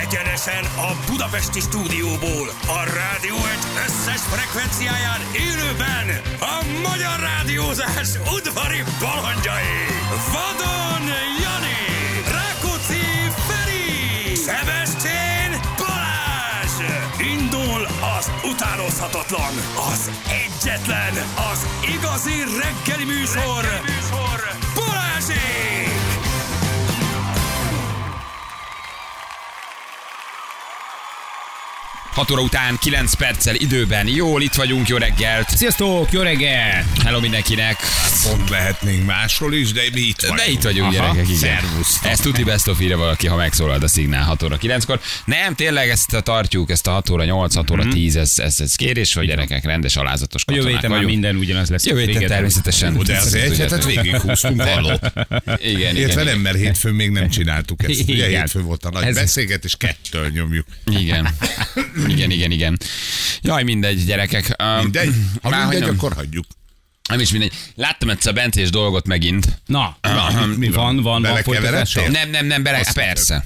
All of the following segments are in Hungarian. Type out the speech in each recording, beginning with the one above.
Egyenesen a budapesti stúdióból, a rádió egy összes frekvenciáján élőben a magyar rádiózás udvari balandjai. Vadon Jani, Rákóczi Feri, Sebestyén Balázs. Indul az utánozhatatlan, az egyetlen, az igazi reggeli műsor, Balázsék! 6 óra után 9 perccel időben. Jól itt vagyunk, jó reggelt. Sziasztok, jó reggel! Hello mindenkinek. Pont lehetnénk máshol is, de mi itt vagyunk. De itt vagyunk, gyerekek, igen. Szervusztok. Ezt tuti best of írja valaki, ha megszólalt a szignál 6 óra 9-kor. Nem, tényleg ezt tartjuk, ezt a 6 óra 8, 6 óra 10, ez kérés, hogy gyerekek, rendes, alázatos katonák Jövő héten már minden ugyanaz lesz. Jövő héten természetesen. De az egy hetet végighúztunk való. Igen, Illetve igen. nem, mert hétfőn még nem csináltuk ezt. Ugye Igen. hétfőn volt a nagy beszélgetés, 2-től nyomjuk. Igen. Jaj, mindegy, gyerekek. Mindegy? Ha Már mindegy, hagyom. akkor hagyjuk. Nem is mindegy. Láttam egyszer a Bencés dolgot megint. Na, Mi van Belekeveredtél? folytatása. Nem, persze.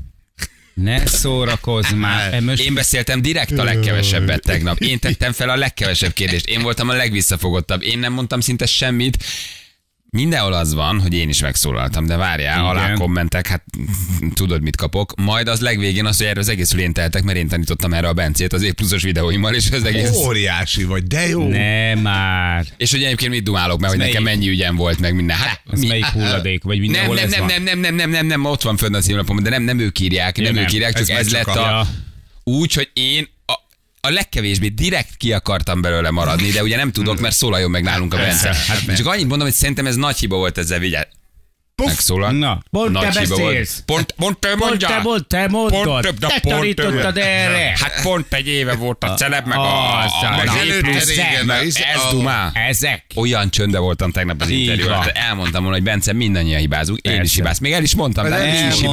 Ne szórakozz már. Most Én beszéltem direkt a legkevesebbet tegnap. Én tettem fel a legkevesebb kérdést. Én voltam a legvisszafogottabb. Én nem mondtam szinte semmit. Mindenhol az van, hogy én is megszólaltam, de várjál, Igen. alá kommentek, hát tudod, mit kapok. Majd az legvégén az, hogy erről az egészről én teltek, mert én tanítottam erre a Bencét az évpluszos videóimmal, és az egész... Óriási vagy, de jó. ne már. És hogy egyébként mit dumálok, mert hogy nekem mennyi ügyem volt, meg minden. Hát, Ez melyik hulladék, vagy mindenhol ez van? nem, ott van fönn a címlapom, de nem ők írják, Ja, nem. csak Ez ez meg lett csak a... Úgy, hogy én a legkevésbé direkt ki akartam belőle maradni, de ugye nem tudok, mert szólaljon meg nálunk a Bence. Hát csak annyit mondom, hogy szerintem ez nagy hiba volt ezzel, vigyázz. Megszólal. Na, pont te beszélsz. Pont te mondja. Te mondtad. Te tanítottad erre. Hát pont egy éve volt a celeb, meg Aztán, meg előtte régen, ez dumá. Ezek. Olyan csönde voltam tegnap az Így interjúban, van. hogy elmondtam volna, hogy Bence, mindannyian hibázunk, én is Persze. hibáztam. Még el is mondtam, de mi is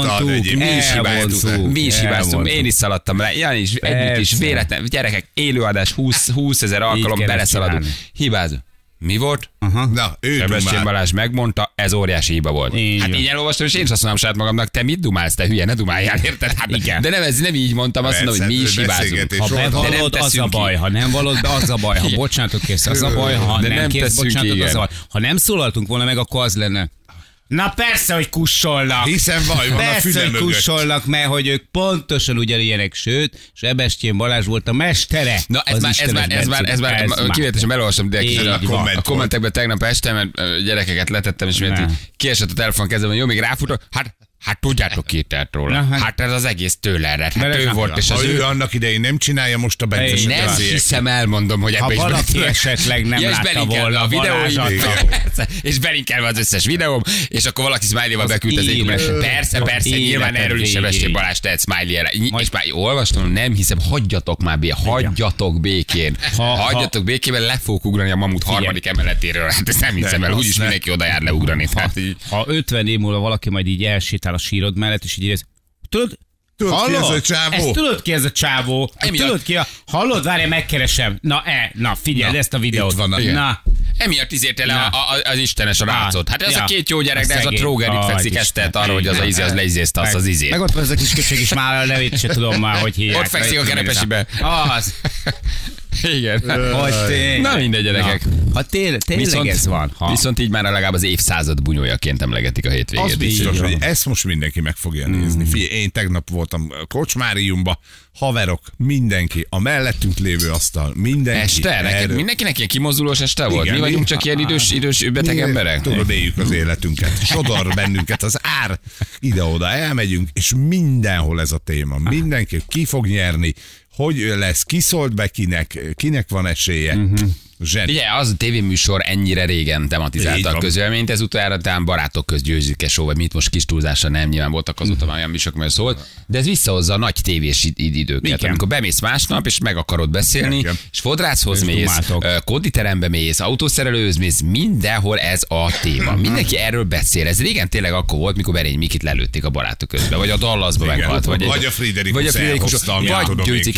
Elmondtuk. mi is hibáztunk, Elmondtuk. én is szaladtam le, Jani is, együtt is, Persze. véletlen, gyerekek, élőadás, 20 000 alkalom, kellett beleszaladunk. csinálni. Hibázunk. Mi volt? Na, ő Sebestyén dumál. Balázs megmondta, ez óriási hiba volt. Így Hát van. így elolvastam, és én is azt mondom saját magamnak, te mit dumálsz, te hülye, ne dumáljál, érted? Hát, Igen. de nem így mondtam, azt mondom, hogy mi is hibázunk. Beszélgetés Ha volt. nem bevallod, az a teszünk baj. ki. Ha nem vallod be, az a baj. Ha Igen. bocsánatot kérsz, az a baj. Ha De nem nem kérsz teszünk ki, bocsánatot, az a igen. baj. Ha nem szólaltunk volna meg, akkor az lenne. Na persze, hogy kussolnak. Hiszen vaj van a Persze, füle hogy mögött. kussolnak, mert hogy ők pontosan ugyanilyenek, sőt, Sebestyén Balázs volt a mestere. Na ez az már Istenes Bencének. kivételesen belolvastam Így direkt van. a kommentekben tegnap este, mert gyerekeket letettem, és miért Ne. kiesett a telefon kezemben, jó, még ráfutok, hát tudjátok ki tett róla. Na, Hát ez az egész tőle ered. Hát Mert ő ez volt, és Ha az ő ő... annak idején nem csinálja, most a Bence Én se Nem teszi. hiszem, elmondom, hogy Ha ebbe is valaki bele- esetleg nem Ja, és látta belinkelve volna a videóim, Balázsat. persze, és belinkelve az összes videóm, és akkor valaki smiley-val beküldte az egyik. életed- Persze, nyilván életed erről is Sebestyén végéig. Balázs tehet smiley-re. És már olvastam, nem hiszem, hagyjatok már békén. Hagyjatok békében, le fogok ugrani a Mamut harmadik emeletéről. Hát ezt nem hiszem el, azt úgyis nem. mindenki oda jár leugrani. Tehát így... Ha 50 év múlva valaki majd így elsétál a sírod mellett, és így érez, tudod Tudod, ki ez a csávó? Ezt tudod ki ez a csávó? Emiatt- Tudod ki a... Hallod, várj, megkeresem. Na figyeld ezt a videót. itt van Igen. Na, Emiatt izérte le Na. az Istenes a rácot. Hát ez Ja. a két jó gyerek, de ez a Szegény. tróger itt Aj, fekszik Isten. este arra, hogy az a izé, az leizézte azt az izét. meg ott van ez a kis köcsög is, már a nevét se tudom már, hogy hívják. Ott fekszik a kerepesibe. Az. Igen. Hogy tényleg. Na mindegy, gyerekek. Na, ha tényleg ez van. Ha. Viszont így már legalább az évszázad bunyójaként emlegetik a hétvégét. Az biztos, Így van. hogy ezt most mindenki meg fogja nézni. Figyelj, én tegnap voltam Kocsmáriumba, haverok, mindenki, a mellettünk lévő asztal, mindenki. Este? Neked mindenkinek ilyen kimozdulós este volt? Igen, Mi vagyunk mi? csak ilyen idős beteg Mi, emberek? Tudod, éljük az életünket. Sodor bennünket az ár, ide-oda elmegyünk, és mindenhol ez a téma. Mindenki ki fog nyerni, hogy lesz, ki szólt be kinek van esélye. Zseni. Ugye, az a tévéműsor ennyire régen Így tematizálta a van. közvéleményt, ez utána talán barátok közt győzik-e show, vagy mit most kis túlzással nem, nyilván voltak azóta már olyan műsorok, mert szólt, de ez visszahozza a nagy tévés időket, Igen. amikor bemész másnap, és meg akarod beszélni, Igen. és fodrászhoz És mész, dumáltok. konditerembe mész, autószerelőhöz mész, mindenhol ez a téma. Mindenki erről beszél. Ez régen tényleg akkor volt, mikor Berény Mikit lelőtték a barátok közben, vagy a Dallasba meghalt, Vagy a Friderikus vagy elhozta, amit tudom vagy én győzik-e ki.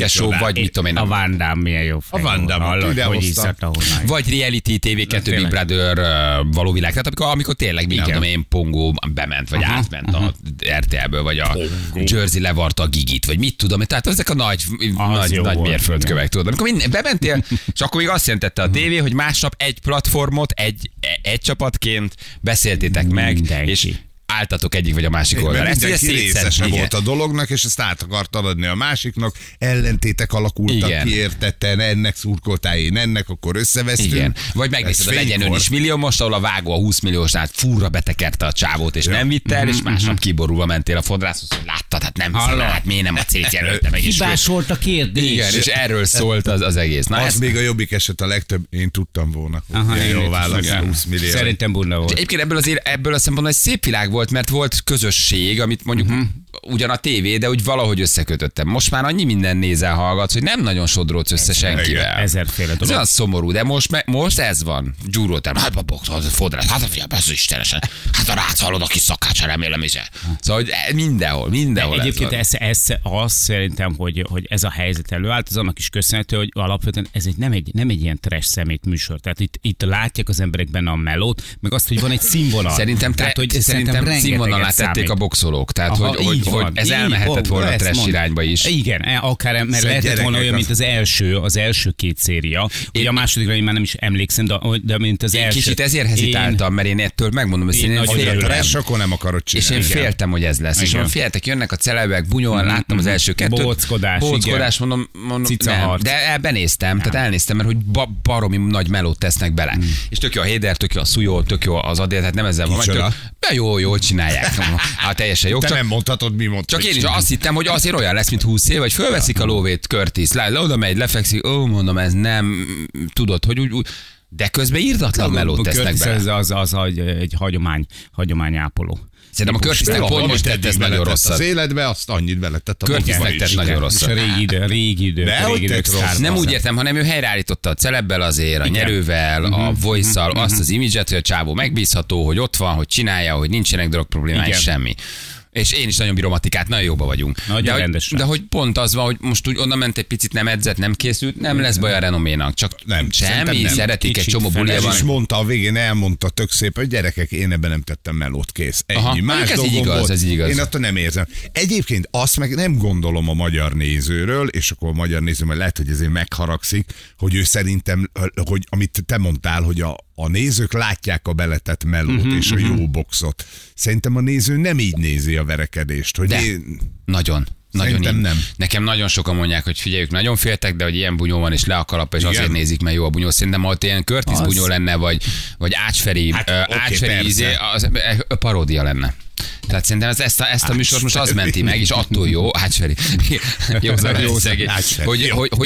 show, Micsoda. vagy mit tudom én. A Van Damme milyen jó fej. A Van Damme-ot Hallod, ide hogy hozta. izzadta honnan. Vagy reality TV2 Big tényleg. Brother való világ. Tehát amikor tényleg, mit tudom én, Pongó bement, vagy átment a RTL-ből, vagy a Jersey levarta a Gigit, vagy mit tudom. Tehát ezek a nagy jó nagy volt, mérföldkövek, tudod. Amikor bementél, és akkor még azt jelentette a tévé, hogy másnap egy platformot, egy csapatként beszéltétek meg, Mindenki. és álltatok egyik vagy a másik oldalra. Mert Ezt ugye mindenki részese igen. volt a dolognak, és ezt át akartad adni a másiknak, ellentétek alakultak Igen. ki, értette, ennek szurkoltál, én ennek, akkor összevesztünk. Igen. Vagy megnézted a Legyen Ön is millió most, ahol a vágó a 20 milliósnál furra betekerte a csávót, és nem vitt el, és másnap kiborulva mentél a fodrászhoz, hogy láttad, hát nem hiszem, hát miért nem a cét jelölte meg. Hibás volt a kérdés. Igen, és erről szólt az egész. Na, Az ez, még a jobbik eset, a legtöbb, én tudtam volna. Aha, Milyen én jó is válasz, tudtam. 20 millió. Szerintem bunda volt. egyébként ebből a szempontból egy szép világ volt, mert volt közösség, amit mondjuk ugyan a tévé, de úgy valahogy összekötöttem. Most már annyi minden nézel, hallgatsz, hogy nem nagyon sodródsz össze senkivel. Ezerféle Ez dolog. olyan szomorú, de most ez van. Gyúroltam, hát a box, az a fodrász, hát a fiam, ez istenesen. Hát a rác hallod, aki szakács, remélem is. Szóval hogy mindenhol Egyébként ez van. ez az szerintem, hogy ez a helyzet előállt, az annak is köszönhető, hogy alapvetően ez nem egy ilyen trash szemét műsor. Tehát itt látják az emberek benne a melót, meg azt, hogy van egy színvonal. Szerintem rengeteget színvonalá tették számít. a boxolók, tehát Aha, hogy így van, ez így elmehetett van, volna a ezt trash mondom. irányba is. Igen, akár, mert Szent lehetett volna gyerekek olyan, mint az első két széria. Ugye a másodikra én már nem is emlékszem, de mint az Én első. kicsit ezért hezitáltam, mert én ettől megmondom, hogy Én én nagyon Ha féltem. trash, akkor nem akarod és csinálni. én féltem, hogy ez lesz. És Igen. mondom, féltek, jönnek a celebek, bunyóan, láttam az első kettőt. Bóckodás, mondom Cicaharc. nem. De benéztem, tehát elnéztem, mert hogy baromi nagy melót tesznek bele. És tök jó a Héder, tök jó a Szujó, tök jó az Adél, tehát nem ezzel van. Kicsoda? Jól csinálják. Hát teljesen jó. Te Csak nem mondhatod, mi mondtad. Csak én is azt hittem, hogy azért olyan lesz, mint 20 év, vagy fölveszik a lóvét Curtis, oda megy, lefekszik, mondom, ez nem, tudod, hogy úgy de közben írdatlan melót tesznek bele. Az egy hagyományápoló. Szerintem a Curtisnek pont most tett ez nagyon rosszat. Az életbe, azt annyit beletett a Curtisnek magba tett is. nagyon És rosszat. a régi idők. hogy tett rossz? Nem úgy értem, hanem ő helyreállította a celebbel azért, a nyerővel, a voice-szal, azt az imidzset, hogy a csávó megbízható, hogy ott van, hogy csinálja, hogy nincsenek drog problémái, Igen. semmi. És én is nagyon bírom Attikát, nagyon jóba vagyunk. Nagyon rendesen. De hogy pont az van, hogy most úgy onnan ment egy picit, nem edzett, nem készült, nem lesz baj a renoménak. Csak Nem, szerintem semmi, nem. szeretik, egy Kicsit csomó bulja Ez van. is mondta a végén, elmondta tök szép, hogy gyerekek, én ebben nem tettem melót, kész. Ennyi. Aha, Más ez így dolgom igaz, volt. ez így igaz. Én attól nem érzem. Egyébként azt meg nem gondolom a magyar nézőről, és akkor a magyar néző, mert lehet, hogy ezért megharagszik, hogy ő szerintem, hogy amit te mondtál, hogy a nézők látják a beletett melót és a jó boxot. Szerintem a néző nem így nézi a verekedést. Hogy De. Nagyon. Nagyon Szerintem így. nem. Nekem nagyon sokan mondják, hogy figyeljük, nagyon féltek, de hogy ilyen bunyó van, és le a kalap, és Igen. azért nézik, mert jó a bunyó. Szerintem, ha ott ilyen Curtis Az. bunyó lenne, vagy Ácsferi, Hát, oké, Ácsferi persze. az paródia lenne. Tehát szerintem ezt a műsort most az menti meg, és attól jó, Ácsferi. Jó, szegény. Ácsferi.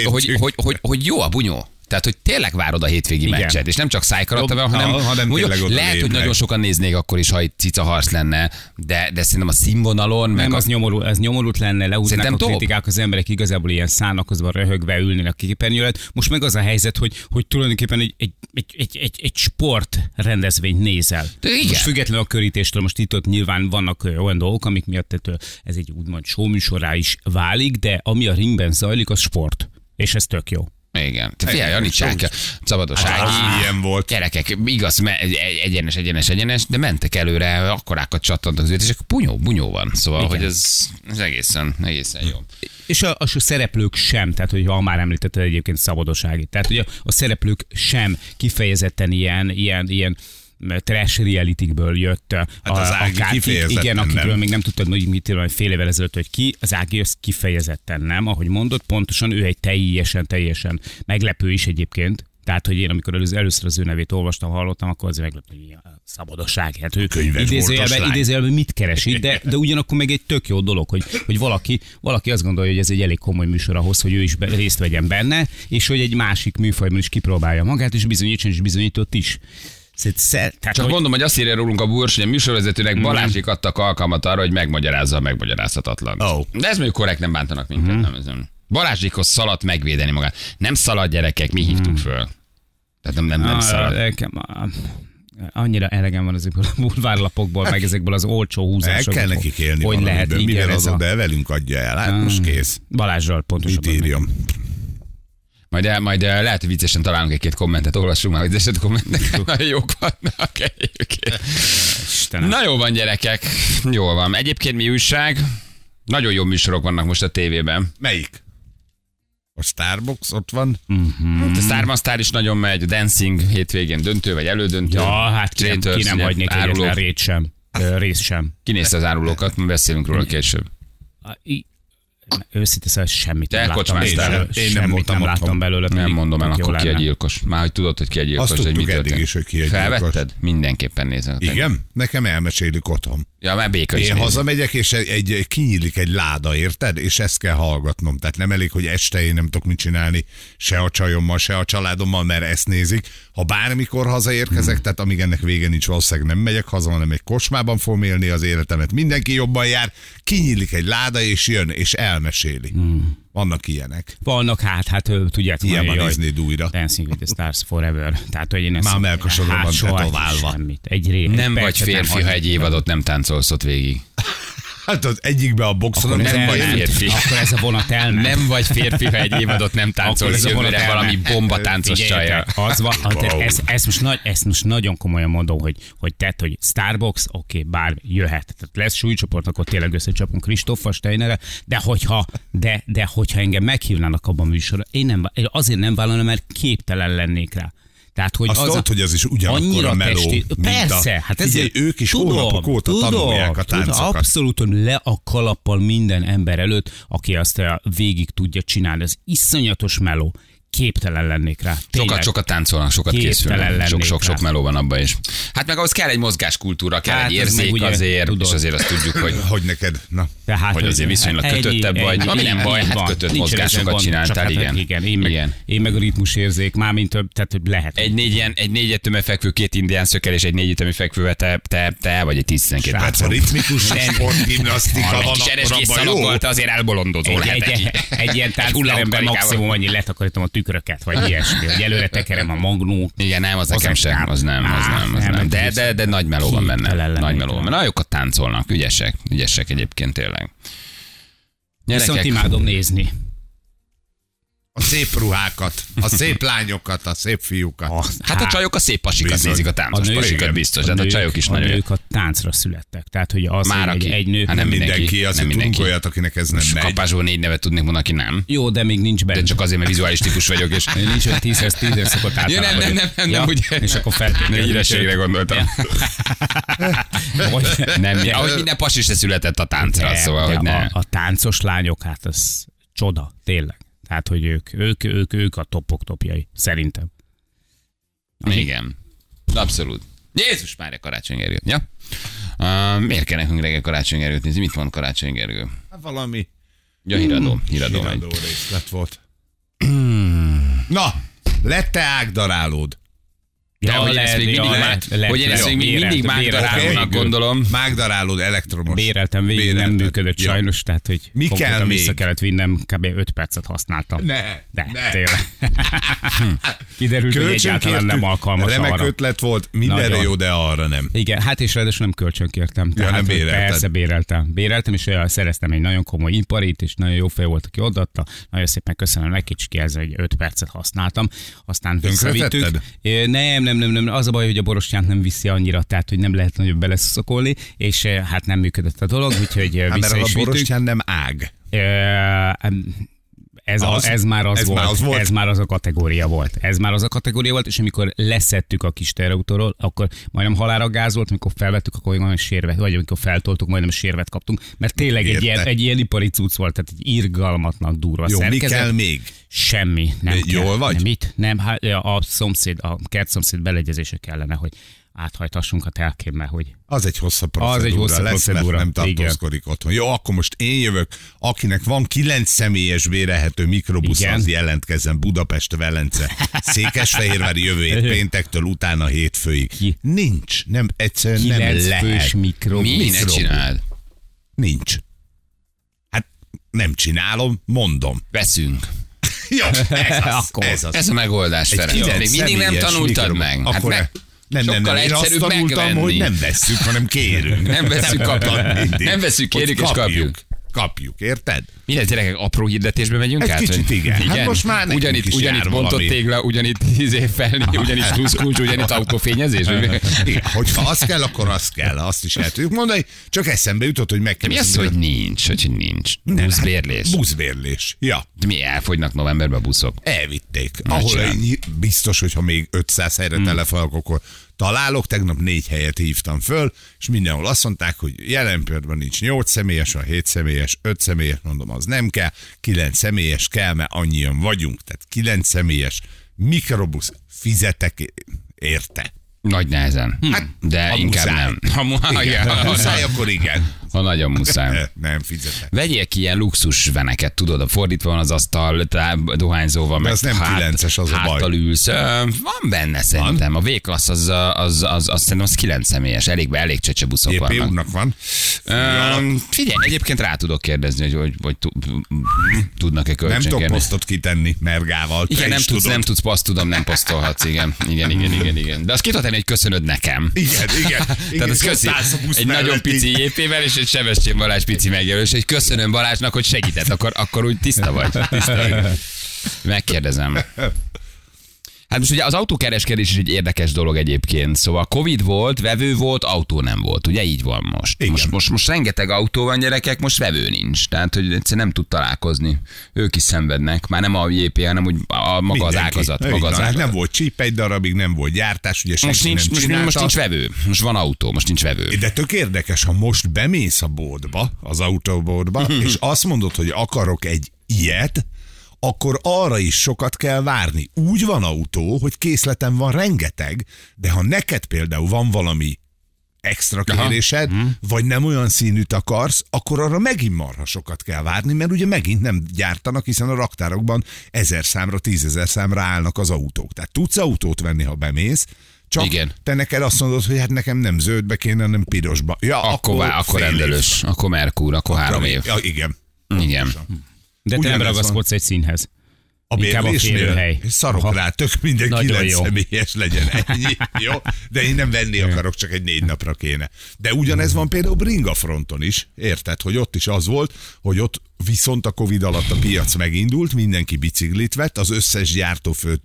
Hogy jó a bunyó. Tehát, hogy tényleg várod a hétvégi Igen. meccset, és nem csak szájkaratta van, hanem hanem mondjuk, tényleg oda lehet, hogy lépnek. nagyon sokan néznék akkor is, ha itt cicaharc lenne, de szerintem a színvonalon, meg Nem, az nyomorult lenne, leúznák Szerintem a top. kritikák, az emberek igazából ilyen szánakozva, röhögve ülnének a képernyőlet. Most meg az a helyzet, hogy tulajdonképpen egy sport rendezvényt nézel. De igen. Most függetlenül a körítéstől, most itt ott nyilván vannak olyan dolgok, amik miatt ez egy úgymond showműsorrá is válik, de ami a ringben zajlik, az sport. És ez tök jó. Igen. Te figyelj, Jani Csáka, Szabados Hát az Ági. ilyen volt. Gyerekek, igaz, egyenes, de mentek előre, akkorákat csattantak az és akkor bunyó van. Szóval, Igen. hogy ez egészen jó. És a szereplők sem, tehát hogy ha már említetted egyébként Szabados Ágit, tehát ugye a szereplők sem kifejezetten ilyen trash realitykből jött. az Ági kifejezetten igen, akikről nem. még nem tudtad, hogy mit írni fél évvel ezelőtt, hogy ki, az Ági az kifejezetten nem. Ahogy mondod, pontosan ő egy teljesen meglepő is egyébként. Tehát, hogy én amikor először az ő nevét olvastam, hallottam, akkor azért meglepő, hogy a Szabados Ági. Hát ő Könyves voltos lány. idézőjelben mit keresi, de ugyanakkor meg egy tök jó dolog, hogy valaki azt gondolja, hogy ez egy elég komoly műsor ahhoz, hogy ő is részt vegyen benne, és hogy egy másik műfajban is kipróbálja magát, és bizonyítson, és bizonyított is. Csak mondom, hogy azt írja rólunk a Búrs, hogy a műsorvezetőnek Balázsék adtak alkalmat arra, hogy megmagyarázza a megmagyarázhatatlan. Oh. De ez mondjuk korrekt, nem bántanak minket. Nem. Balázsékhoz szaladt megvédeni magát. Nem szalad, gyerekek, mi hívtuk föl. Tehát nem szalad. Annyira elegem van ezekből a bulvárlapokból, meg ezekből az olcsó húzásokból. El kell nekik élni hogy lehet valamiből. igen, Mivel ez adod el, velünk adja el. Hát most kész. Balázsral pontosan. Mit írjam? Majd lehet, hogy viccesen találunk egy-két kommentet, olvassunk már, hogy eset kommentek nagyon jók vannak egyébként. Istenem. Na jó van, gyerekek, jól van. Egyébként mi újság? Nagyon jó műsorok vannak most a tévében. Melyik? A Starbucks ott van. A Starmaster is nagyon megy, a Dancing hétvégén döntő vagy elődöntő. Ja, hát ki Traitors, nem ugye, hagynék árulók. egyetlen rét sem. Részt sem. Kinézte az árulókat, mi beszélünk róla később. Őszintén szóval semmit Te nem láttam. kocsmáztál? Én nem nem voltam láttam otthon. belőle. Nem pedig mondom el, tök jó akkor ki a lenne. gyilkos. Már hogy tudod, hogy ki a gyilkos. Azt hogy tudtuk mi eddig történt. is, hogy ki a gyilkos. Felvetted? Mindenképpen nézem. Igen? Nekem elmesélik otthon. Ja, már Béka is Én nézi. hazamegyek, és kinyílik egy láda, érted? És ezt kell hallgatnom. Tehát nem elég, hogy este én nem tudok mit csinálni, se a csajommal, se a családommal, mert ezt nézik. Ha bármikor hazaérkezek, tehát amíg ennek vége nincs, valószínűleg nem megyek haza, hanem egy kocsmában fogom élni az életemet. Mindenki jobban jár, kinyílik egy láda, és jön, és elmeséli. Vannak ilyenek. Vannak tudjátok, Hiába hogy jaj, néznéd újra. Dancing with the Stars Forever. Tehát, hogy én ezt Már melkasodon van soha tetoválva. Semmit. Egy ré, Nem egy vagy percet férfi, ha hagyok. egy évadot nem táncolsz ott végig. Hát az egyikbe a boxon Akkor ez nem vagy elment. férfi. Akkor ez a vonat elment. Nem vagy férfi, ha egy évadot nem Akkor táncolsz ez a vonat jövőre valami elment. bombatáncos csajjal. Figyeljetek, az van, ezt most nagyon komolyan mondom, hogy Starbucks, oké, bár jöhet. Tehát lesz súlycsoport, akkor tényleg összecsapunk Kristóffal, Steinerre, de hogyha engem meghívnának abban a műsorra, én azért nem vállalom, mert képtelen lennék rá. Tehát, hogy Azt tudod, hogy az is ugyanakkor annyira a meló, testi, mint persze, hát Figyelj, ők is hónapok óta tanulják a táncokat. Abszolút le a kalappal minden ember előtt, aki azt végig tudja csinálni. Ez iszonyatos meló. Képtelen lennék rá. Tényleg. Sokat táncolnak, sokat Képtelen készülnek. lennék Sok rá. meló van abban is. Hát meg ahhoz kell egy mozgáskultúra, kell Hát egy ez meg érzék ugye, azért, tudod. és azért azt tudjuk, hogy Hogy neked? Na. Tehát, hogy azért viszonylag kötöttebb vagy. Ami nem baj, hát kötött mozgásokat csináltál, igen. Én meg a ritmusérzék, mármint tehát hogy lehet. Egy négyet tömegfekvő, két indián szökkel és egy négyet tömegfekvővel te vagy egy 10-12 Hát perc. a ritmikus sportgimnasztika van, Kis akkor ereskész abban jó. szalagolt, azért elbolondozó lehet. Egy ilyen táncteremben maximum annyi letakarítom a tükröket, vagy ilyesmi, hogy előre tekerem a magnót. Igen, nem, az nekem sem, az nem. De nagy meló van benne. Képtelen Nagy lennék meló van rá. benne. Nagyokat táncolnak, ügyesek egyébként tényleg. Viszont Gyerekek, imádom nézni. A szép ruhákat, a szép lányokat, a szép fiúkat. hát a csajok a szép pasikat Bizony. nézik, a táncos pasikat biztos, de a csajok is nagyon. nők a táncra születtek. Tehát, hogy az, Már hogy aki. egy nő... Hát nem Mindenki, azért tudunk olyat, akinek ez nem megy. Kapásból 4 nevet tudnék mondani, aki nem. Jó, de még nincs benne. De csak azért, mert vizuális típus vagyok, és Nincs olyan 10-10 szokott általában. nem, ugye. És akkor feltétlenül. Ne hírességre gondoltam. Nem, ahogy minden pasi se született a táncra, szóval, hogy ne. A táncos lányok, hát az csoda, tényleg. Tehát, hogy ők a topok topjai, szerintem. Igen. Abszolút. Jézus már Karácsony Gergő. Ja? Miért kell nekünk reggel Karácsony Gergőt nézni? Mit mond Karácsony Gergő? Hát valami Ja, híradó megy. részlet volt. Na, lett-e ágdarálód? De hogy ezt még mindig mágdarálónak gondolom. Mágdarálód elektromos. Béreltem végig, nem Bérelted. működött Ja. sajnos, tehát hogy Mi konkrétan kell vissza még? kellett vinnem, kb. 5 percet használtam. Ne. Tényleg. Kiderült, hogy egyáltalán nem alkalmas Remek arra. ötlet volt, mindenre Nagyon. jó, de arra nem. Igen, hát és ráadásul nem kölcsönkértem. Ja, nem hogy bérelted. Persze béreltem, és szereztem egy nagyon komoly imparit, és nagyon jó fej volt, aki odaadta. Nagyon szépen köszönöm neki, és kijelzem, hogy 5 percet használtam. Aztán visszavittük. Tönkretetted? Nem. Az a baj, hogy a borostyánt nem viszi annyira, tehát hogy nem lehet nagyobb beleszuszakolni, és hát nem működött a dolog, úgyhogy Hát, mert vissza a is vittük. borostyán nem ág. Ez már az Ez volt. már az volt? Ez már az a kategória volt. Ez már az a kategória volt, és amikor leszettük a kis terautóról, akkor majdnem halálra gáz volt, amikor felvettük, akkor majdnem sérvet, vagy amikor feltoltuk, majdnem sérvet kaptunk, mert tényleg egy ilyen ipari cucc volt, tehát egy irgalmatlan durva Jó, mi szerkezet. kell még? Semmi. Nem Jól kell. vagy? Nem, mit? Nem, hát a kertszomszéd beleegyezése kellene, hogy áthajtassunk a telkémmel, hogy Az egy hosszabb procedúra. Az egy hosszabb lesz, mert procedúra. nem tartózkodik otthon. Jó, akkor most én jövök, akinek van 9 személyes bérelhető mikrobusz, Igen. az jelentkezzen Budapest, Velence, Székesfehérvári jövő hét péntektől utána hétfőig. Ki? Nincs, nem, egyszerűen nem 9 lehet. fős mikro. Mi? Ne Mikrobusz. csináld. Nincs. Hát nem csinálom, mondom. Veszünk. Jó, ez az. Akkor. Ez az. Ez a megoldás, Egy Ferenc. 9 Még mindig nem személyes tanultad mikrobusz. meg. Hát Akkor Nem, Sokkal én azt egyszerűbb tanultam, megvenni. hogy nem vesszük, hanem kérünk. Nem vesszük, kapjuk. mindig. Nem vesszük, kérjük és kapjuk. Kapjuk, érted? Mindez gyerekek, apró hirdetésbe megyünk Egy át? kicsit vagy? igen. Hát most már nekünk ugyanitt is jár bontott valami. tégla, ugyanitt felni, ugyanitt sluszkulcs, ugyanitt autófényezés? Igen, hogyha az kell, akkor az kell. Azt is el tudjuk mondani. Csak eszembe jutott, hogy Mi megkérdezem. az, hogy nincs? Hogy nincs? Buszbérlés? Buszbérlés. Ja. De mi elfogynak novemberben a buszok? Elvitték. Nagy Ahol csinál. biztos, hogy ha még 500 helyre telefonálok, akkor találok. Tegnap 4 helyet hívtam föl, és mindenhol azt mondták, hogy jelen pillanatban nincs 8 személyes, van 7 személyes, 5 személyes, mondom, az nem kell, 9 személyes kell, mert annyian vagyunk, tehát 9 személyes mikrobusz, fizetek érte. Nagy nehezen. Hát, de ha inkább muszáj. nem. Igen, ha muszáj, akkor igen. Ha nagyon muszáj. Nem fizetek. Vegyél ki ilyen luxus veneket, tudod, fordítva van az asztal, dohányzóval, meg az nem 9-es, az a baj. háttal ülsz. Van benne szerintem. A V-klassz az szerintem az 9 személyes. Elég csecse buszok vannak. JPU-nak van. Figyelj, egyébként rá tudok kérdezni, hogy tudnak-e Nem tudok kölcsönként. posztot kitenni Mergával. Igen, nem tudsz, paszt tudom, nem posztolhatsz, igen. De azt ki tudod tenni, hogy köszönöd nekem. Igen. Tehát ez köszi. Egy nagyon pici JP-vel és egy Sebestyén Balázs pici megjelölés, hogy köszönöm Balázsnak, hogy segített, akkor úgy tiszta vagy. Megkérdezem. Hát most ugye az autókereskedés is egy érdekes dolog egyébként. Szóval Covid volt, vevő volt, autó nem volt. Ugye így van most. Igen. Most rengeteg autó van, gyerekek, most vevő nincs. Tehát, hogy egyszerűen nem tud találkozni. Ők is szenvednek. Már nem a JP, hanem úgy maga az ágazat. Igen, Maga az hát ágazat. nem volt csíp egy darabig, nem volt gyártás, ugye senki nem csinálta. Most nincs vevő. Most van autó, most nincs vevő. De tök érdekes, ha most bemész a boltba, az autóboltba, és azt mondod, hogy akarok egy ilyet, akkor arra is sokat kell várni. Úgy van autó, hogy készletem van rengeteg, de ha neked például van valami extra kérésed, vagy nem olyan színűt akarsz, akkor arra megint marha sokat kell várni, mert ugye megint nem gyártanak, hiszen a raktárokban 1000 számra, 10 000 számra állnak az autók. Tehát tudsz autót venni, ha bemész, csak Igen. te neked azt mondod, hogy hát nekem nem zöldbe kéne, hanem pirosba. Ja, Akkor fél év. rendelős, akkor Merkur, akkor 3 év. Ja, igen. Igen. De te Ugyanez nem van. ragaszkodsz egy színhez. A Inkább a bérlésnél férőhely. szarok Aha. rá, tök minden Nagyon 9 jó. személyes legyen. Ennyi, jó? De én nem venni akarok, csak egy 4 napra kéne. De ugyanez van például Bringa fronton is. Érted, hogy ott is az volt, hogy ott viszont a Covid alatt a piac megindult, mindenki biciklit vett, az összes gyártófő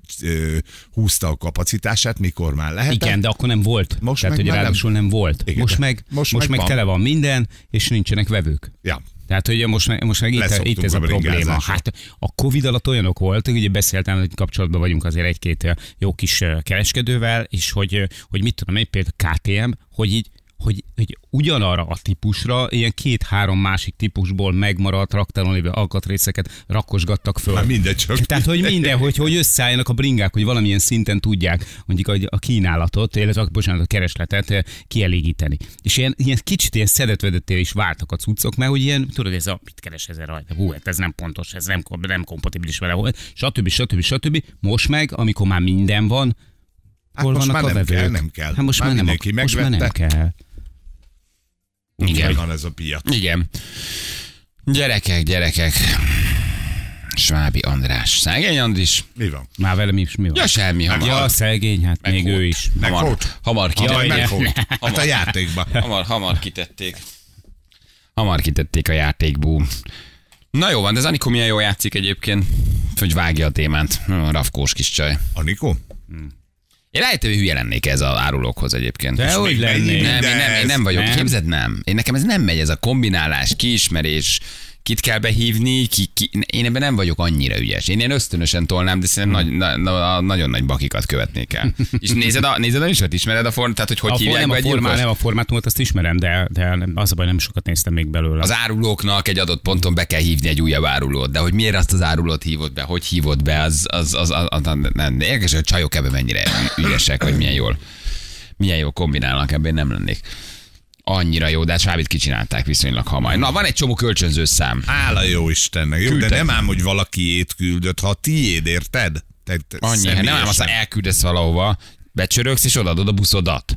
húzta a kapacitását, mikor már lehetett. Igen, de akkor nem volt. Most Tehát, meg hogy már ráadásul nem volt. Igen, Most de meg most meg van. tele van minden, és nincsenek vevők. Ja. Tehát, hogy most meg itt ez a probléma. bringázásra. Hát a Covid alatt olyanok voltak, ugye beszéltem, hogy kapcsolatban vagyunk azért egy-két jó kis kereskedővel, és hogy mit tudom én, például KTM, hogy ugyanarra a típusra ilyen 2-3 másik típusból megmaradt raktáron lévő alkatrészeket rakosgattak föl. Már mindegy csak. Tehát, hogy minden, hogy összeálljanak a bringák, hogy valamilyen szinten tudják mondjuk a kínálatot, illetve a keresletet kielégíteni. És ilyen kicsit ilyen szedetvedettél is váltak a cuccok, mert hogy ilyen, tudod, ez a mit keres ezen rajta? Hú, hát ez nem pontos, ez nem kompatibilis vele, stb. Most meg, amikor már minden van, hol most vannak már a nem vevők? kell, nem kell. Hát most Már már nem, mindenki most már nem megvette. kell. Igen. Van ez a piac. Igen. Gyerekek. Svábi András. Szegény Andris. Mi van? Már velem is mi van? Ja, semmi, hamar. Ja, szegény, hát még ő is. Hamar kitették. Hát a játékban. Hamar kitették a játékból. Na jó van, de az Anikó milyen jól játszik egyébként, hogy vágja a témát. Rafkós kis csaj. Anikó? Én rájöttem, hogy hülye lennék ez az árulókhoz egyébként. De hogy lennék? Én nem vagyok. Nem. Képzeld, nem. Nekem ez nem megy, ez a kombinálás, kiismerés, kit kell behívni, én ebben nem vagyok annyira ügyes. Én ilyen ösztönösen tolnám, de szerintem nagyon nagy bakikat követnék el. És nézed a műsort, ismered a formát, tehát hogy hívják be egy gyilkos? Nem a formátumot, azt ismerem, de az a baj, nem sokat néztem még belőle. Az árulóknak egy adott ponton be kell hívni egy újabb árulót, de hogy miért azt az árulót hívod be, hogy hívod be, az nem érdekes, hogy a csajok ebben mennyire ügyesek, vagy milyen jól kombinálnak, ebben nem lennék annyira jó, de hát Svábit kicsinálták viszonylag hamar. Na, van egy csomó kölcsönző szám. Hála jó Istennek. Jó, Küldtem. de nem ám, hogy valakiét küldött, ha a tiéd, érted? Annyi, hát nem ám aztán elküldesz valahova, becsörögsz és odaadod a buszodat.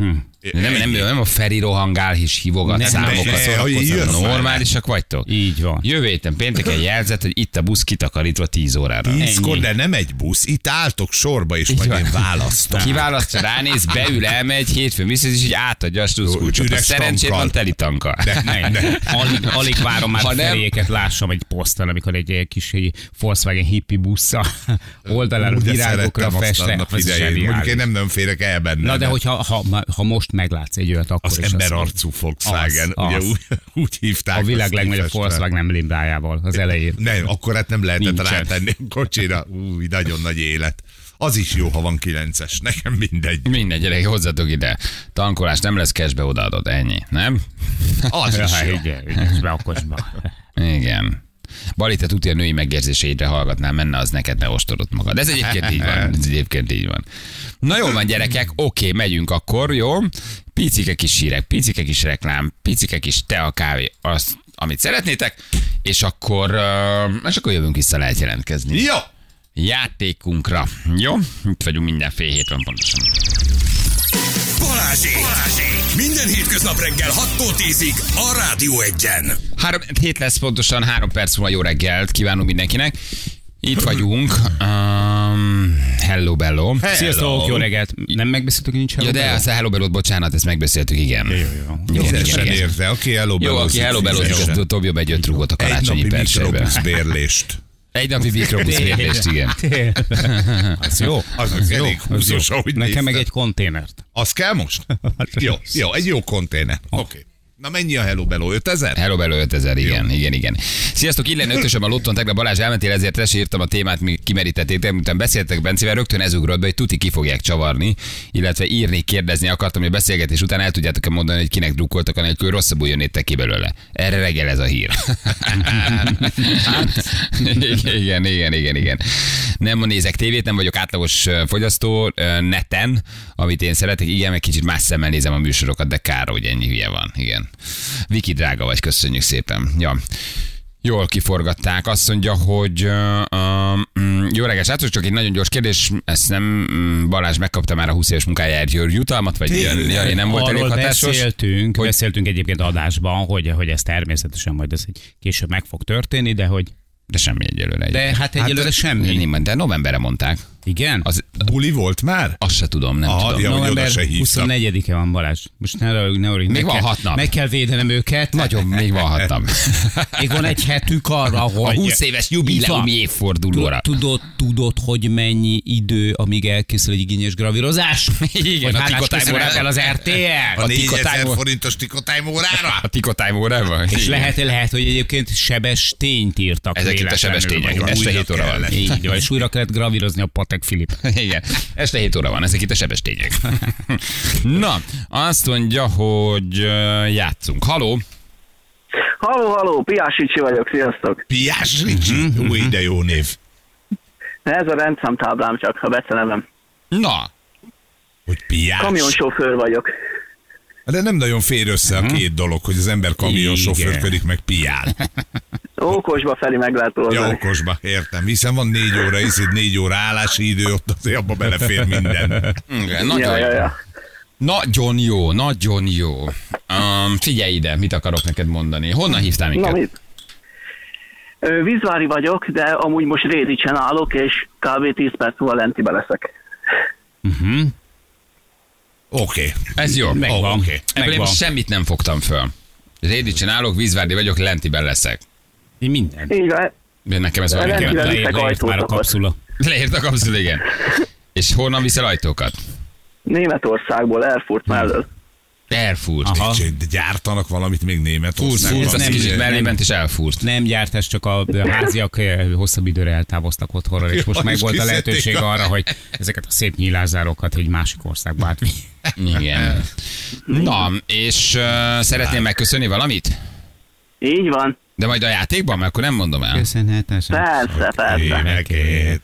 Nem a Feri rohangál és hívogat számokat, szórakozzanak. Normálisak vagytok? Így van. Jövő héten pénteken jelzett, hogy itt a busz kitakarítva 10 órára. 10-kor, de nem egy busz, itt álltok sorba, és majd én választom. Kiválasztja, ránéz, beül, elmegy, hétfőn vissza, és így átadja a struszkulcsot. A szerencsét van teli tanka. Alig várom már a Feriéket, lássam egy poszton, amikor egy kis Volkswagen hippie bussza oldalára virágokra festve. Mondjuk én nem férek el benne. Na de hogyha most meglátsz egy olyat, akkor az is emberarcú Volkswagen, ugye úgy hívták. A világ legnagyobb Volkswagen limrájával az elején. Nem, akkor hát nem lehetett rátenni a kocsira. Nagyon nagy élet. Az is jó, ha van 9-es. Nekem mindegy. Mindegy, gyerek, hozzatok ide. Tankolás nem lesz, cashbe odaadod, ennyi, nem? Az is jó. Igen, okosba. Igen. Bali, te tudja, a női megérzéseidre hallgatnál, menne az neked, ne ostodott magad. Ez egyébként így van. Na jól van, gyerekek, oké, megyünk akkor, jó? Picike kis hírek, picike kis reklám, picike kis tea, kávé, azt, amit szeretnétek, és akkor jövünk vissza, lehet jelentkezni. Jó! Játékunkra, jó? Itt vagyunk minden fél héten pontosan. Balázsék! Minden hétköznap reggel 6-tól 10-ig a Rádió 1-en. 3 lesz pontosan, 3 perc múlva jó reggelt kívánunk mindenkinek. Itt vagyunk. Hello, bello. Sziasztok, jó reggelt. Nem megbeszéltük, hogy nincs hello, ja, de azt a hello, bellót, bocsánat, ezt megbeszéltük, igen. Jó. Szívesen érte, aki hello, jó, aki hello, bellót, dobja be egy 5 rúgót a karácsonyi percebe. Egy napi mikrobusbérlést. Egy napi mikrobuszbérlést, igen. Az jó. Az elég húzós, ahogy nekem meg egy konténert. Az kell most? Jó, egy jó konténer. Oké. Na mennyi a Hello Bello? 5000? Hello Bello 5000, igen. Sziasztok, Illen 5-ösöm a Lotton, tegnap Balázs elmentél, ezért írtam a témát, mi kimerítették, miután beszéltek Bencivel, rögtön ez ugrott be, hogy tuti ki fogják csavarni, illetve írni, kérdezni akartam, hogy a beszélgetés után el tudjátok-e mondani, hogy kinek drukkoltak, anélkül rosszabbul jönnétek ki belőle. Erre reggel ez a hír. Igen. Nem nézek tévét, nem vagyok átlagos fogyasztó neten, amit én szeretek, igen, meg kicsit más szemmel nézem a műsorokat, de kár, hogy ennyi hülye van, igen. Viki, drága vagy, köszönjük szépen. Ja. Jól kiforgatták. Azt mondja, hogy jó reggelt, srácok, csak egy nagyon gyors kérdés. Ezt nem Balázs megkapta már a 20 éves munkájáért jutalmat, vagy Jani nem volt elég hatásos? Beszéltünk egyébként adásban, hogy ez természetesen majd ez később meg fog történni, de semmi egyelőre. De hát egyelőre semmi. De novemberre mondták. Igen? Az buli volt már? Azt se tudom, nem tudom. Ja, november 24-e van, Balázs. Most ne még van 6 nap. Meg kell védenem őket. Nagyon, még van 6 nap. Még van egy hetük arra, hogy... A 20 éves jubileumi évfordulóra. Tudod, hogy mennyi idő, amíg elkészül egy igényes gravírozás? Igen, a tikotime el az RTL? A 4000 forintos tikotime órára? A tikotime órára? És lehet, hogy egyébként sebestényt írtak. Ezek itt a sebestények. Este 7 óra van. Így van, és újra kellett gravírozni a Patek Filip. Igen, este 7 óra van, ezek itt a sebestények. Na, azt mondja, hogy játszunk. Haló? Halló, Piás Ricsi vagyok, sziasztok! Piás Ricsi? Új, de jó név. Ez a rendszámtáblám, csak a becenevem. Na! Hogy Piás? Kamionsofőr vagyok. De nem nagyon fér össze a két dolog, hogy az ember kamionsofőrködik, meg piál. Okosba felé meg lehet oldani. Ja, okosba, értem. Hiszen van 4 óra, 4 óra állási idő, ott azért abba belefér minden. Nagyon jó. Figyelj ide, mit akarok neked mondani. Honnan hívtál minket? Vízvári vagyok, de amúgy most Rédicsen állok, és kb. 10 perc múlva Lentibe leszek. Oké. Ez jó. Megvan. Okay. Ebből én most semmit nem fogtam föl. Rédicsen állok, Vízvári vagyok, Lentiben leszek. Én minden. Így van. Nekem ez valami. Leért már a kapszula. Leért a kapszula, igen. És honnan viszel ajtókat? Németországból, Erfurt mellől. Elfúrt. De gyártanak valamit még Németországban. Fúrt, az kicsit mellé ment és elfúrt. Nem gyártás, csak a háziak hosszabb időre eltávoztak otthonról, és most meg volt a lehetőség arra, hogy ezeket a szép nyilázárokat egy másik országba átvi. Igen. Na, és szeretném megköszönni valamit? Így van. De majd a játékban, mert akkor nem mondom el. Köszönhetesen. Persze.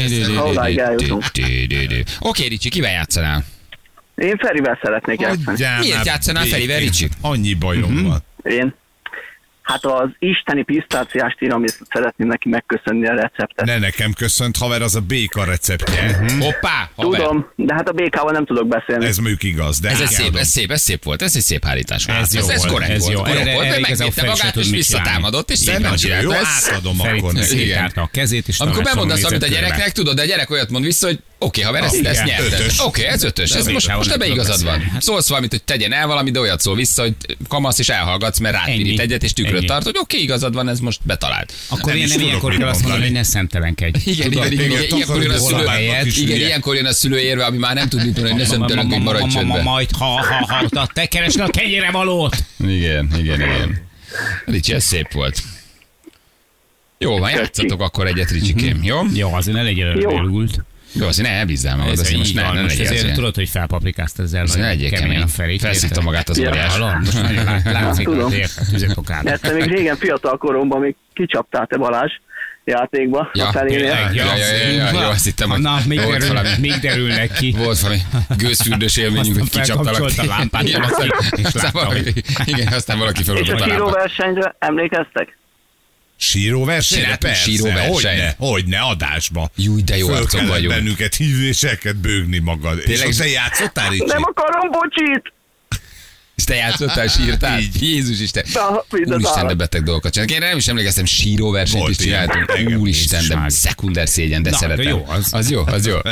Oké, Ricsi, kivel játszanál? Én Ferivel szeretnék játszani. Miért játszanál Ferivel, Ricsi? Annyi bajom van. Én Hát az isteni pisztáciás tiramisút szeretném neki megköszönni a receptet. Ne nekem köszönt, haver, az a béka receptje. Hoppá, haver. Tudom, de hát a békával nem tudok beszélni. Ez mondjuk igaz, de Ez egy átadom. szép volt, ez egy szép hárítás volt. Ez jó ez volt, korrekt ez volt, jó. korrekt Erre- volt, erre mert igazából megvédte fel se magát, tud és mit visszatámadott, és De szépen nagyon csinálta jó, ezt. átadom Feri akkor. széttárta a kezét, és Amikor tanácsolom bemondasz valamit a nézett gyereknek, tudod, de a gyerek olyat mond vissza, hogy oké, haver, ezt Igen, nyerted. ötös. Oké, ez 5-ös. Ez De most Békával ebbe nem tudok igazad van. beszélni. Szólsz valamit, hogy tegyen el valamit, de olyat szól vissza, hogy kamasz és elhallgatsz, mert rátvirít Ennyi. egyet, és tükröt Ennyi. tart, hogy oké, igazad van, ez most betalált. Akkor Nem is nem tudok ilyenkor mit kell azt mondani, hogy mondani. ne szemtelenkedj. Igen, Tudod, igen, igen, ilyenkor jön a hol a szülő. báját is, Igen, ugye? ilyenkor jön a szülő érve, ami már nem tud mit mondani, hogy ne szemtelenkedj, maradj csöndben. Majd ha te keresd a kenyére valót. Igen. Ricsi, ez szép volt. Jó, van, játszatok akkor egyet, Ricsikém, jó? Jó, azért ne legyél Jó. elrúlt. Jó, azért ne elbízzál magad, Ez azért most így ne van, most legyél ezért azért. tudod, hogy felpaprikáztad ezzel Azért ne nagyon legyél kemény kemény. a Ferit. Felszívta magát az óriás. Hallom, most nagyon látszik, Tudom. hogy érted, tüzetokád. Ezt még régen fiatal koromban még kicsaptál te Balázs játékba Ja, a felénél. tényleg, Ja, jó, azt hittem, hogy Na, még derülnek ki. volt valami gőzfürdős élményünk, hogy Aztán kicsaptalak. felkapcsolta a lámpát, Igen, valaki, és aztán látta, hogy- igen, aztán valaki És a feloldott a lámpát. síróversenyre emlékeztek? Síróversenyre? Csináltunk Persze, síróversenyt. hogyne, adásba. Júj, de jó Föl arcok kellett vagyunk. bennünket hívni, és el kellett bőgni magad. Tényleg? És te játszottál, Ricsi? Nem akarom, bocsit! És te játszottál, sírtál? Így. Jézus Isten. Na, mindent Úristen, de állat. beteg dolgokat csinálunk. Én erre nem is emlékeztem, síróversenyt Volt is csináltunk. ilyen. Úristen, de Jézus szekunder szégyen, de Na, szeretem. de jó az. Az jó.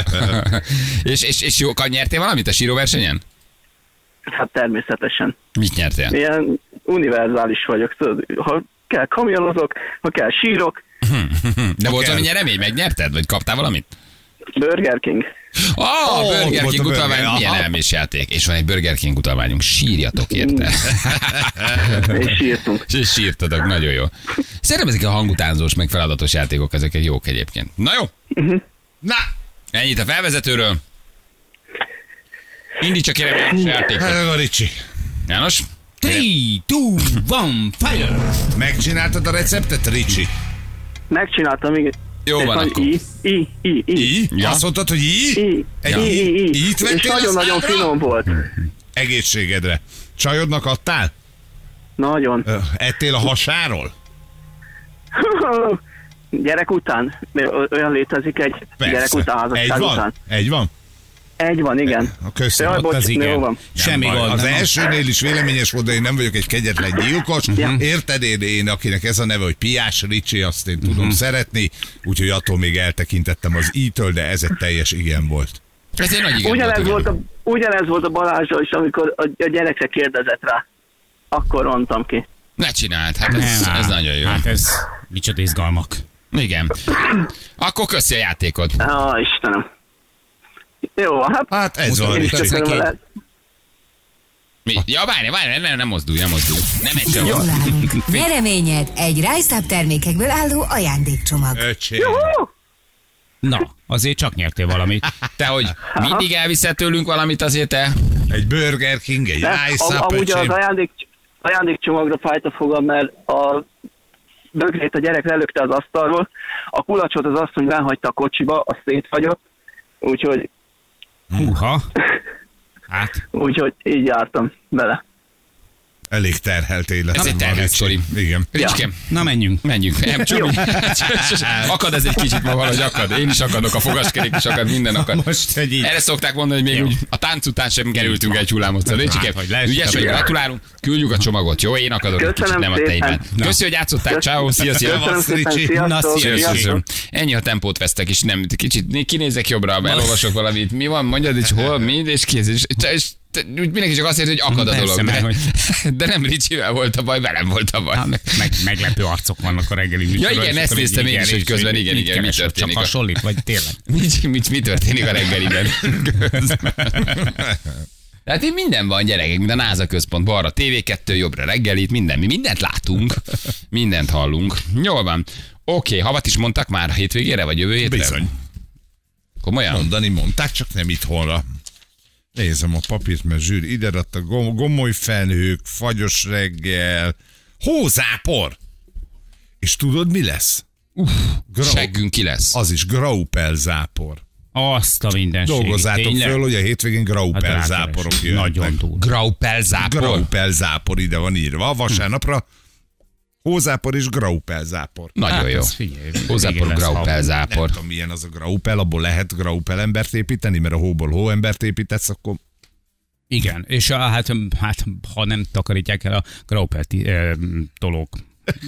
és jó, nyertél valamit a síróversenyen? Hát természetesen. Mit nyertél? Ilyen univerzális vagyok. Tudod, ha kell kamionozok, ha kell sírok. De volt kell. valami nyeremény? Megnyerted? Vagy kaptál valamit? Burger King. A Burger volt King a Burger, utalvány, milyen aha. elmés játék. És van egy Burger King utalványunk, sírjatok érte. És sírtunk. És sírtatok, nagyon jó. Szerintem ezek a hangutánzós, meg feladatos játékok, ezek jók egyébként. Na jó, Na, ennyit a felvezetőről. Indítsa kérem a játékot. ez a Ricsi. János? 3, 2, 1, fire! Megcsináltad a receptet, Ricsi? Megcsináltam, igen. Jó És van nagy akkor. I. Ja. Azt mondtad, hogy I. Itt vettél És nagyon-nagyon a számra? finom volt. Egészségedre. Csajodnak adtál? Nagyon. Ettél a hasáról? Gyerek után? Olyan létezik egy gyerek után, házasság után. Egy van? Egy van, igen. Köszönöm. Jaj, Ott bocs, az igen. jó van. Semmi Nem baj. gond. Az nem? elsőnél is véleményes volt, de én nem vagyok egy kegyetlen gyilkos. Ja. Érted, én, akinek ez a neve, hogy Piás Ricsi, azt én tudom szeretni, úgyhogy attól még eltekintettem az i-től, de ez egy teljes igen volt. Ez egy nagy igen Ugyanez volt a Balázsral is, amikor a gyerekre kérdezett rá. Akkor mondtam ki. Ne csináld, hát ez nagyon jó. Hát ez micsoda izgalmak. Igen. Akkor köszi a játékot. Istenem. Jó, hát Hát ez van, én is Ricsi. köszönöm Neki- vele. Mi? Ja, várj, nem mozdulj. Nem egy sem. Jól állunk. Nyereményed egy Rise-Up termékekből álló ajándékcsomag. Öcsém. Na, azért csak nyertél valamit. Te, hogy mindig elviszed tőlünk valamit, azért te... Egy Burger King, egy Ice Up, Amúgy az öcsém. ajándékcsomagra fájt a fogam, mert a bögrét a gyerek lelökte az asztalról, a kulacsot az asszony benhagyta a kocsiba, azt szétfagyott, úgyhogy Húha. Hát, így jártam vele. Elég terhelt élet. Ez egy terhelt sztori. Igen. Ricsikém, na menjünk. menjünk. Nem, Csumi. Akad ez egy kicsit ma valahogy akad. Én is akadok, a fogaskerék is akad, minden akad. Most, hogy így. Erre szokták mondani, hogy még Jó. úgy a tánc után sem kerültünk egy hullámot. Ricsikém, hogy leesik ügyes a vagy, világ. gratulálunk. Küldjük a csomagot, jó? Én akadok egy kicsit, Köszönöm nem a tejben. szépen. Köszi, hogy játszottál. Ciao, szia. Köszönöm szépen, Ricsi. Na, sziasztok! szia, sziasztok. Köszönöm. Ennyi a tempót vesztek, és nem, kicsit kinézek jobbra, elolvasok valamit. Mi van, mondjad, és hol, mi, és kész. És mindenki csak azt érzi, hogy akad a Persze, dolog. mert De nem Ricsivel volt a baj, velem volt a baj. Meglepő arcok vannak a reggeli műsorban. igen, és ezt akkor néztem így én is, hogy közben igen, mi keresel, történik. Csak hasonlít, vagy tényleg? Mi történik a reggeliben? Tehát itt minden van, gyerekek, mint a NASA központ, balra TV2, jobbra reggelit, minden, mi mindent látunk, mindent hallunk. Jól van. Oké, havat is mondtak már hétvégére, vagy jövő hétre? Bizony. Komolyan? Mondani mondták, csak nem itthonra. Nézem a papírt, mert zsűr ide adta gomoly felhők, fagyos reggel, hózápor. És tudod, mi lesz? Seggünk ki lesz. Az is graupel zápor. Azt a mindenségét. Dolgozzátok Tényleg? föl, hogy a hétvégén graupel Hát záporok rákeres. Nagyon jönnek. túl. Graupel zápor. Graupel zápor ide van írva. Vasárnapra Hózápor és graupelzápor. Nagyon jó. ez figyelj, Hózápor, igen, ez graupelzápor. Nem tudom, milyen az a graupel, abból lehet graupel embert építeni, mert a hóból hóembert építesz, akkor Igen, és hát ha nem takarítják el a graupel tolók.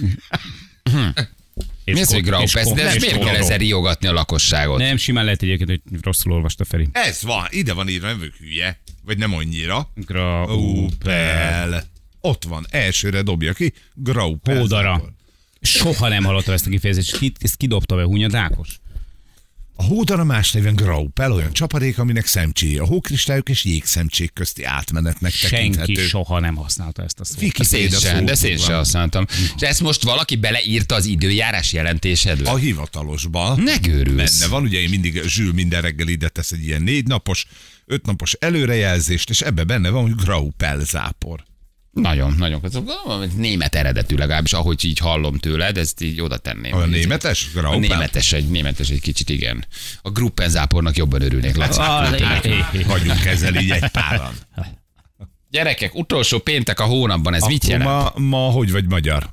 Mi az, hogy graupel? De ez miért kell ezzel riogatni a lakosságot? Nem, simán lehet egyébként, hogy rosszul olvasta Feri. ez van, ide van írva, nem vagyok hülye, vagy nem annyira. Graupel. Ott van, elsőre dobja ki, graupel. Hódara. Soha nem hallottam ezt a kifejezést. Ezt kidobta be Hunyad Ákos? A hódara más néven graupel, olyan csapadék, aminek szemcséje. A hókristályok és jégszemcsék közti átmenetnek tekinthető. Senki soha nem használta ezt a szót. De szét se használtam. És ezt most valaki beleírta az időjárás jelentésedbe? A hivatalosban. Ne görülsz. Benne van, ugye én mindig, Zsül minden reggel ide tesz egy ilyen 4 napos, 5 napos előrejelzést, és ebbe benne van, hogy graupel zápor. Nagyon, nagyon. Német eredetű legalábbis, ahogy így hallom tőled, ezt így oda tenném. A németes? A németes egy kicsit, igen. A gruppenzápornak jobban örülnék, Laci. Hagyunk ezzel így egy páran. Gyerekek, utolsó péntek a hónapban, ez mit jelent? Ma hogy vagy magyar?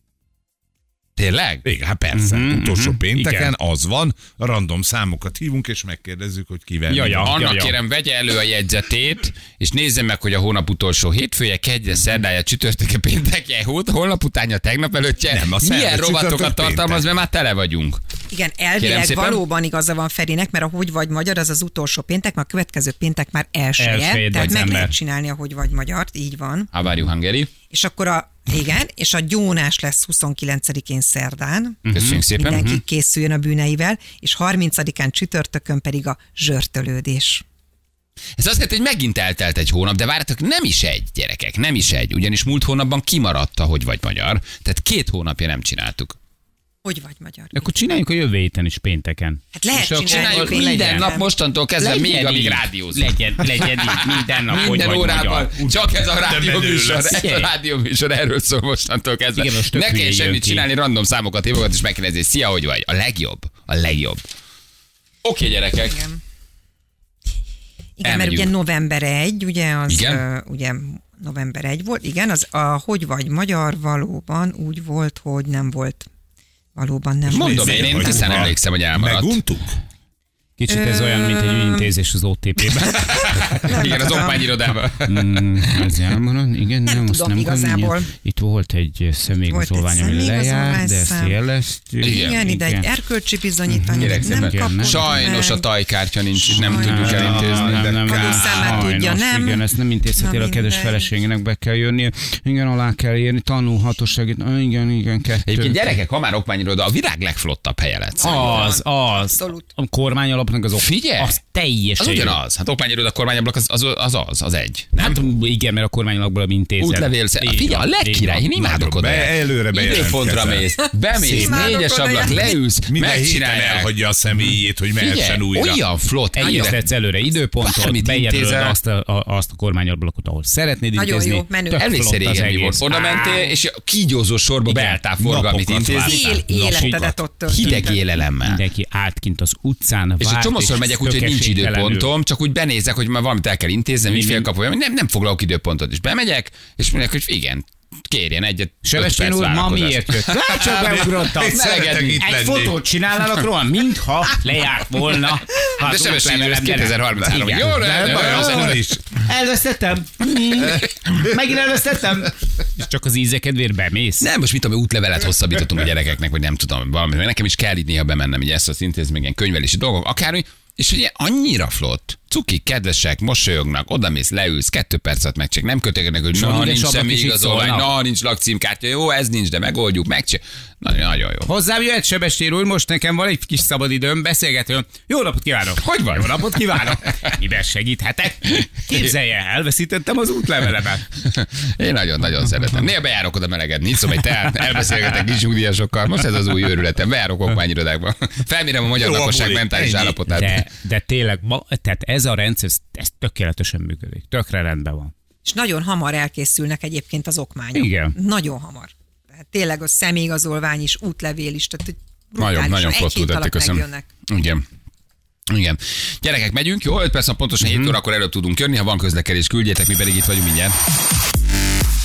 Tényleg? Igen, hát persze. Utolsó pénteken az van, random számokat hívunk, és megkérdezzük, hogy kivel. Annak kérem, vegye elő a jegyzetét, és nézze meg, hogy a hónap utolsó hétfője, kedje, szerdája, csütörtöke, péntekje, holnap utánja, tegnap előttje. Nem, a szerda, milyen rovatokat csütörtök, tartalmaz, péntek. mert már tele vagyunk. Igen, Kérem elvileg szépen. valóban igaza van Ferinek, mert a Hogy vagy magyar az utolsó péntek, már a következő péntek már elsője, Elsője, tehát meg december. lehet csinálni a Hogy vagy magyart, így van. How are you, Hungary? És akkor és a gyónás lesz 29-én szerdán. Köszönjük szépen. Mindenki készüljön a bűneivel, és 30-án csütörtökön pedig a zsörtölődés. Ez azt jelenti, hogy megint eltelt egy hónap, de várjátok, nem is egy, gyerekek, nem is egy. Ugyanis múlt hónapban kimaradt a Hogy vagy magyar, tehát 2 hónapja nem csináltuk. Hogy vagy magyar? Akkor csináljuk a jövő héten is pénteken. Hát lehet És akkor csinálni Csináljuk pénteken. minden nap mostantól kezdve, még amíg így. rádiózunk. Legyen így, minden nap, hogy Minden vagy órában, magyar. csak ez a rádióműsor, lesz. ez a rádióműsor erről szól mostantól kezdve. Igen, most tök Ne kell hülyén jön semmit ki. csinálni, random számokat, hívogat, és megkérdezni, szia, hogy vagy? A legjobb. A legjobb. Oké, gyerekek. Igen. Igen, mert Elmegyünk. ugye november 1, ugye az, Igen? ugye november 1 volt, igen, az a Hogy vagy magyar valóban úgy volt, hogy nem volt. Valóban nem Mondom volt. én tisztán emlékszem, hogy elmaradt. Meguntuk? Kicsit ez olyan, mint egy ügyintézés az OTP-ben. Igen, az okmányirodában. Ez elmarad, igen, Nem azt tudom igazából. könnyű. Itt volt egy személyigazolvány, ami lejárt, de ezt jeleztük. Igen, ide egy erkölcsi bizonyítvány, Kérek nem szépen. kapott Sajnos a meg. tajkártya nincs, nem Sajnos. tudjuk elintézni. Nem, Adószámát tudja, sajnos, nem? Igen, ezt nem intézheti el a Na, kedves mindegy. feleségének, be kell jönni. Igen, alá kell írni, tanulhatóságít. Igen, 2. Egyébként gyerekek, ha már okmányiroda, a világ legflottabb helye lett. Az. Abszolút. A kormányalapnak Figyelj! az teljesen Az jó. ugyanaz. Hát okmányiroda, kormányablak az egy. Nem? Hát igen, mert a kormányalapból a intézet. Útlevél, figyelj, a legkirály, én imádok oda. Előre Időpontra mész, bemész, Imádok 4-es oda ablak, járni. leülsz, Minden héten megcsinálják. elhagyja a személyét, hogy mehessen Figyelj, újra. olyan flott. Egyeztetsz előre időpontot, Bármit bejelölöd intézel. azt a kormányablakot, ahol szeretnéd Nagyon intézni. jó, menő. Tök Emlékszel flott az régen mi volt? egész. Oda mentél, és kígyózó sorba Igen. beálltál forgalmit Napokat intézni. vártál. Életedet ott töltötted. Hideg élelemmel. Mindenki állt kint az utcán, És egy várt, csomószor megyek úgy, hogy nincs tökéletlenül. időpontom, csak úgy benézek, hogy már valamit el kell intéznem, ügyfélkapu, nem foglalok időpontot. És bemegyek, és mondják, hogy igen, kérjen egyet. Sebestyen úr, ma miért jött? Hát csak beugrottam. Én szeretek itt Egy lenni. fotót csinálnának róla, mintha lejárt volna. De Sebestyen úr, ez 2033. Igen. Jó, De nagyon is. Elvesztettem. Megint elvesztettem. És csak az íze kedvéért bemész. Nem, most mit tudom, útlevelet hosszabbítottunk a gyerekeknek, vagy nem tudom, valami. Nekem is kell itt néha bemennem, ugye ezt az intézmény, ilyen könyvelési dolgok, akármi, és ugye annyira flott. Cukik, kedvesek, mosolyognak, odamész, leülsz, 2 percet megcsinálják, nem kötögnek, hogy na, nincs édesabbak is így személyigazolvány, szólnak. na, nincs lakcímkártya, jó, ez nincs, de megoldjuk, megcsináljuk. Nagyon jó. Hozzám jöhet Sebestyen úr, most nekem van egy kis szabadidőm, beszélgetőm. Jó napot kívánok! Hogy van? Jó napot kívánok! Miben segíthetek? Képzelje, elveszítettem az útlevelemet. Én nagyon-nagyon szeretem. Néha bejárok oda melegedni, iszom egy teát, elbeszélgetek kis nyugdíjasokkal. Most ez az új őrületem, bejárok okmányirodákba. Felmérem a magyar Jó, lakosság Boli, mentális ennyi. állapotát. De tényleg, tehát ez a rendszer, ez tökéletesen működik. Tökre rendben van. És nagyon hamar elkészülnek egyébként az okmányok. Igen. Nagyon hamar. Tehát tényleg a személyigazolvány is, útlevél is, tehát hogy brutálisan. Nagyon Egy flottul hét tették, alatt köszönöm. megjönnek. Igen. Igen. Gyerekek, megyünk, jó? 5 perc, pontosan 7 órakor előbb tudunk jönni, ha van közlekedés, küldjétek, mi pedig itt vagyunk mindjárt.